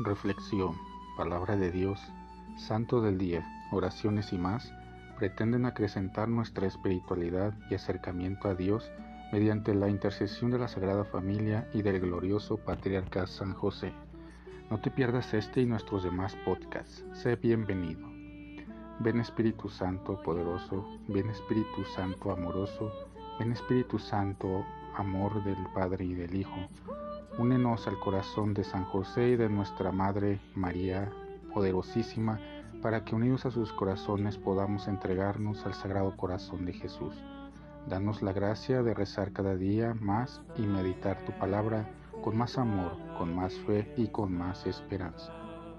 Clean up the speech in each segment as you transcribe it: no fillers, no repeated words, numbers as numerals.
Reflexión, palabra de Dios, santo del día, oraciones y más, pretenden acrecentar nuestra espiritualidad y acercamiento a Dios mediante la intercesión de la Sagrada Familia y del glorioso Patriarca San José. No te pierdas este y nuestros demás podcasts. Sé bienvenido. Ven Espíritu Santo poderoso, ven Espíritu Santo amoroso, ven Espíritu Santo, amor del Padre y del Hijo. Únenos al corazón de San José y de nuestra Madre María, poderosísima, para que unidos a sus corazones podamos entregarnos al Sagrado Corazón de Jesús. Danos la gracia de rezar cada día más y meditar tu palabra con más amor, con más fe y con más esperanza.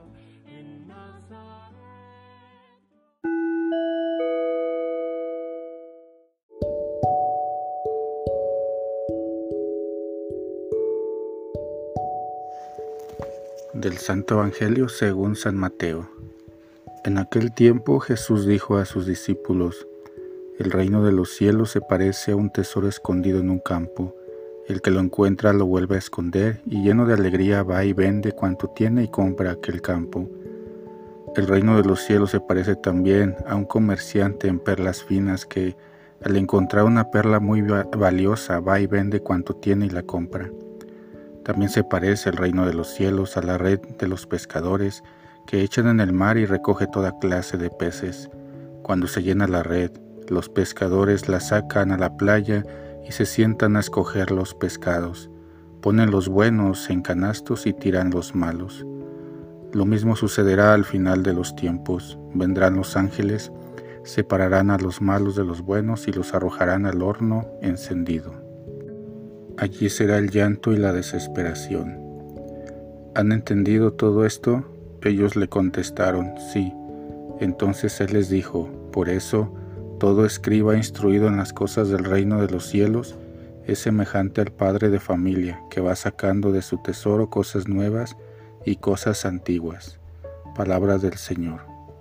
Del Santo Evangelio según San Mateo. En aquel tiempo Jesús dijo a sus discípulos: El reino de los cielos se parece a un tesoro escondido en un campo. El que lo encuentra lo vuelve a esconder y lleno de alegría va y vende cuanto tiene y compra aquel campo. El reino de los cielos se parece también a un comerciante en perlas finas que, al encontrar una perla muy valiosa, va y vende cuanto tiene y la compra. También se parece el reino de los cielos a la red de los pescadores que echan en el mar y recoge toda clase de peces. Cuando se llena la red, los pescadores la sacan a la playa y se sientan a escoger los pescados. Ponen los buenos en canastos y tiran los malos. Lo mismo sucederá al final de los tiempos. Vendrán los ángeles, separarán a los malos de los buenos y los arrojarán al horno encendido. Allí será el llanto y la desesperación. ¿Han entendido todo esto? Ellos le contestaron: sí. Entonces él les dijo: por eso, todo escriba instruido en las cosas del reino de los cielos es semejante al padre de familia que va sacando de su tesoro cosas nuevas y cosas antiguas. Palabras del Señor.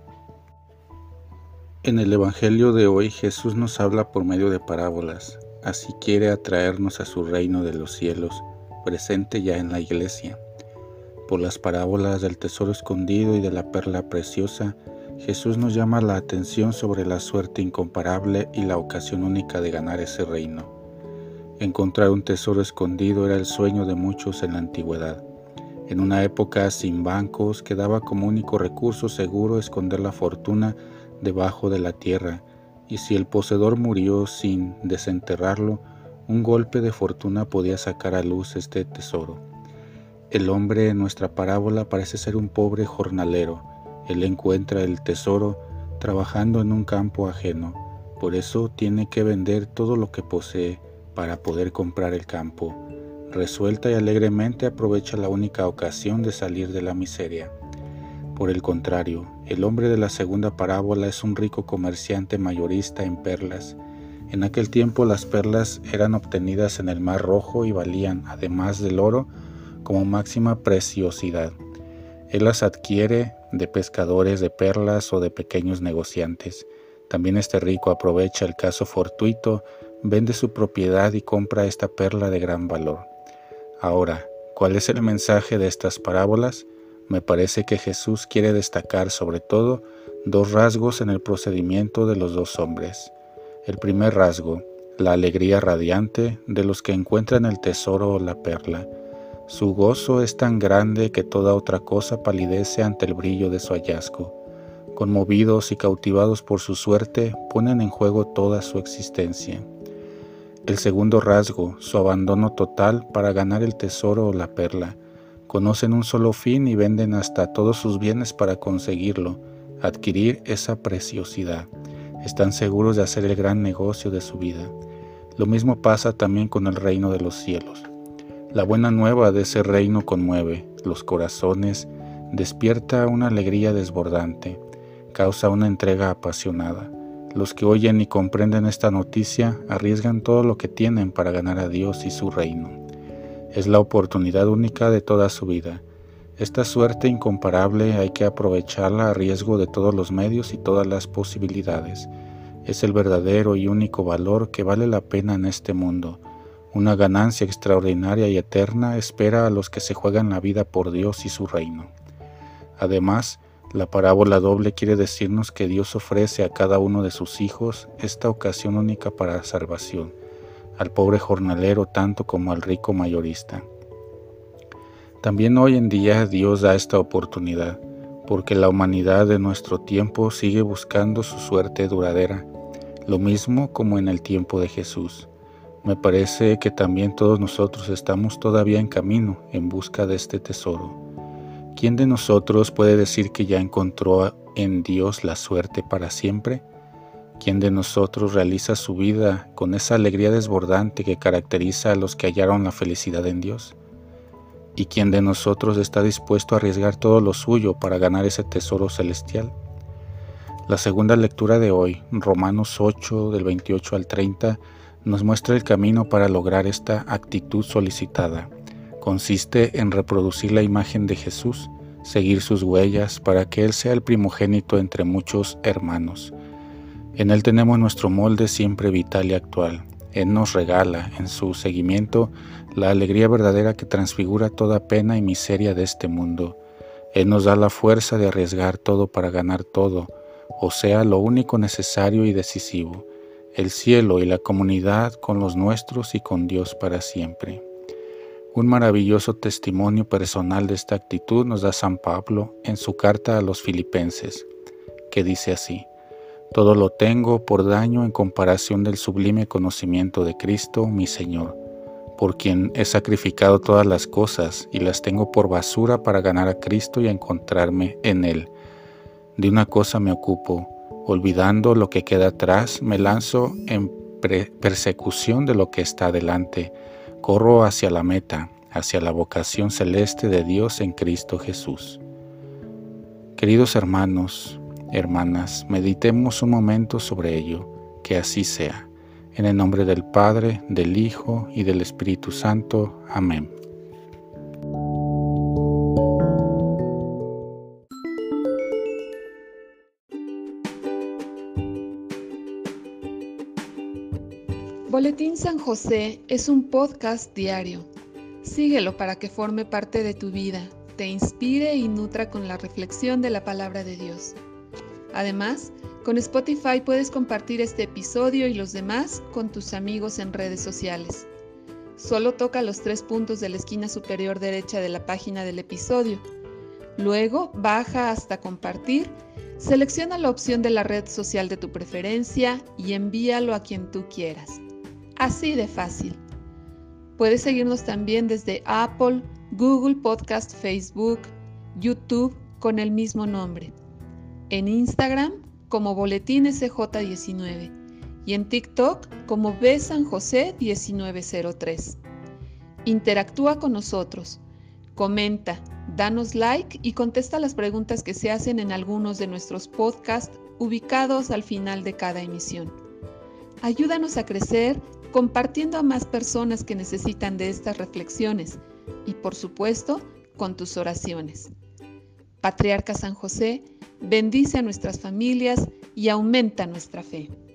En el Evangelio de hoy Jesús nos habla por medio de parábolas. Así quiere atraernos a su reino de los cielos, presente ya en la Iglesia. Por las parábolas del tesoro escondido y de la perla preciosa, Jesús nos llama la atención sobre la suerte incomparable y la ocasión única de ganar ese reino. Encontrar un tesoro escondido era el sueño de muchos en la antigüedad. En una época sin bancos, quedaba como único recurso seguro esconder la fortuna debajo de la tierra, y si el poseedor murió sin desenterrarlo, un golpe de fortuna podía sacar a luz este tesoro. El hombre en nuestra parábola parece ser un pobre jornalero. Él encuentra el tesoro trabajando en un campo ajeno. Por eso tiene que vender todo lo que posee para poder comprar el campo. Resuelta y alegremente aprovecha la única ocasión de salir de la miseria. Por el contrario, el hombre de la segunda parábola es un rico comerciante mayorista en perlas. En aquel tiempo las perlas eran obtenidas en el Mar Rojo y valían, además del oro, como máxima preciosidad. Él las adquiere de pescadores de perlas o de pequeños negociantes. También este rico aprovecha el caso fortuito, vende su propiedad y compra esta perla de gran valor. Ahora, ¿cuál es el mensaje de estas parábolas? Me parece que Jesús quiere destacar sobre todo dos rasgos en el procedimiento de los dos hombres. El primer rasgo, la alegría radiante de los que encuentran el tesoro o la perla. Su gozo es tan grande que toda otra cosa palidece ante el brillo de su hallazgo. Conmovidos y cautivados por su suerte, ponen en juego toda su existencia. El segundo rasgo, su abandono total para ganar el tesoro o la perla. Conocen un solo fin y venden hasta todos sus bienes para conseguirlo, adquirir esa preciosidad. Están seguros de hacer el gran negocio de su vida. Lo mismo pasa también con el reino de los cielos. La buena nueva de ese reino conmueve los corazones, despierta una alegría desbordante, causa una entrega apasionada. Los que oyen y comprenden esta noticia arriesgan todo lo que tienen para ganar a Dios y su reino. Es la oportunidad única de toda su vida. Esta suerte incomparable hay que aprovecharla a riesgo de todos los medios y todas las posibilidades. Es el verdadero y único valor que vale la pena en este mundo. Una ganancia extraordinaria y eterna espera a los que se juegan la vida por Dios y su reino. Además, la parábola doble quiere decirnos que Dios ofrece a cada uno de sus hijos esta ocasión única para la salvación, al pobre jornalero tanto como al rico mayorista. También hoy en día Dios da esta oportunidad, porque la humanidad de nuestro tiempo sigue buscando su suerte duradera, lo mismo como en el tiempo de Jesús. Me parece que también todos nosotros estamos todavía en camino en busca de este tesoro. ¿Quién de nosotros puede decir que ya encontró en Dios la suerte para siempre? ¿Quién de nosotros realiza su vida con esa alegría desbordante que caracteriza a los que hallaron la felicidad en Dios? ¿Y quién de nosotros está dispuesto a arriesgar todo lo suyo para ganar ese tesoro celestial? La segunda lectura de hoy, Romanos 8, del 28 al 30, nos muestra el camino para lograr esta actitud solicitada. Consiste en reproducir la imagen de Jesús, seguir sus huellas para que Él sea el primogénito entre muchos hermanos. En Él tenemos nuestro molde siempre vital y actual. Él nos regala, en su seguimiento, la alegría verdadera que transfigura toda pena y miseria de este mundo. Él nos da la fuerza de arriesgar todo para ganar todo, o sea, lo único necesario y decisivo, el cielo y la comunidad con los nuestros y con Dios para siempre. Un maravilloso testimonio personal de esta actitud nos da San Pablo en su carta a los Filipenses, que dice así: todo lo tengo por daño en comparación del sublime conocimiento de Cristo, mi Señor, por quien he sacrificado todas las cosas y las tengo por basura para ganar a Cristo y encontrarme en Él. De una cosa me ocupo, olvidando lo que queda atrás, me lanzo en persecución de lo que está delante. Corro hacia la meta, hacia la vocación celeste de Dios en Cristo Jesús. Queridos hermanos, hermanas, meditemos un momento sobre ello, que así sea. En el nombre del Padre, del Hijo y del Espíritu Santo. Amén. Boletín San José es un podcast diario. Síguelo para que forme parte de tu vida, te inspire y nutra con la reflexión de la palabra de Dios. Además, con Spotify puedes compartir este episodio y los demás con tus amigos en redes sociales. Solo toca los 3 puntos de la esquina superior derecha de la página del episodio. Luego, baja hasta compartir, selecciona la opción de la red social de tu preferencia y envíalo a quien tú quieras. Así de fácil. Puedes seguirnos también desde Apple, Google Podcast, Facebook, YouTube con el mismo nombre. En Instagram como Boletín SJ19 y en TikTok como bsanjose1903. Interactúa con nosotros, comenta, danos like y contesta las preguntas que se hacen en algunos de nuestros podcasts ubicados al final de cada emisión. Ayúdanos a crecer compartiendo a más personas que necesitan de estas reflexiones y, por supuesto, con tus oraciones. Patriarca San José, bendice a nuestras familias y aumenta nuestra fe.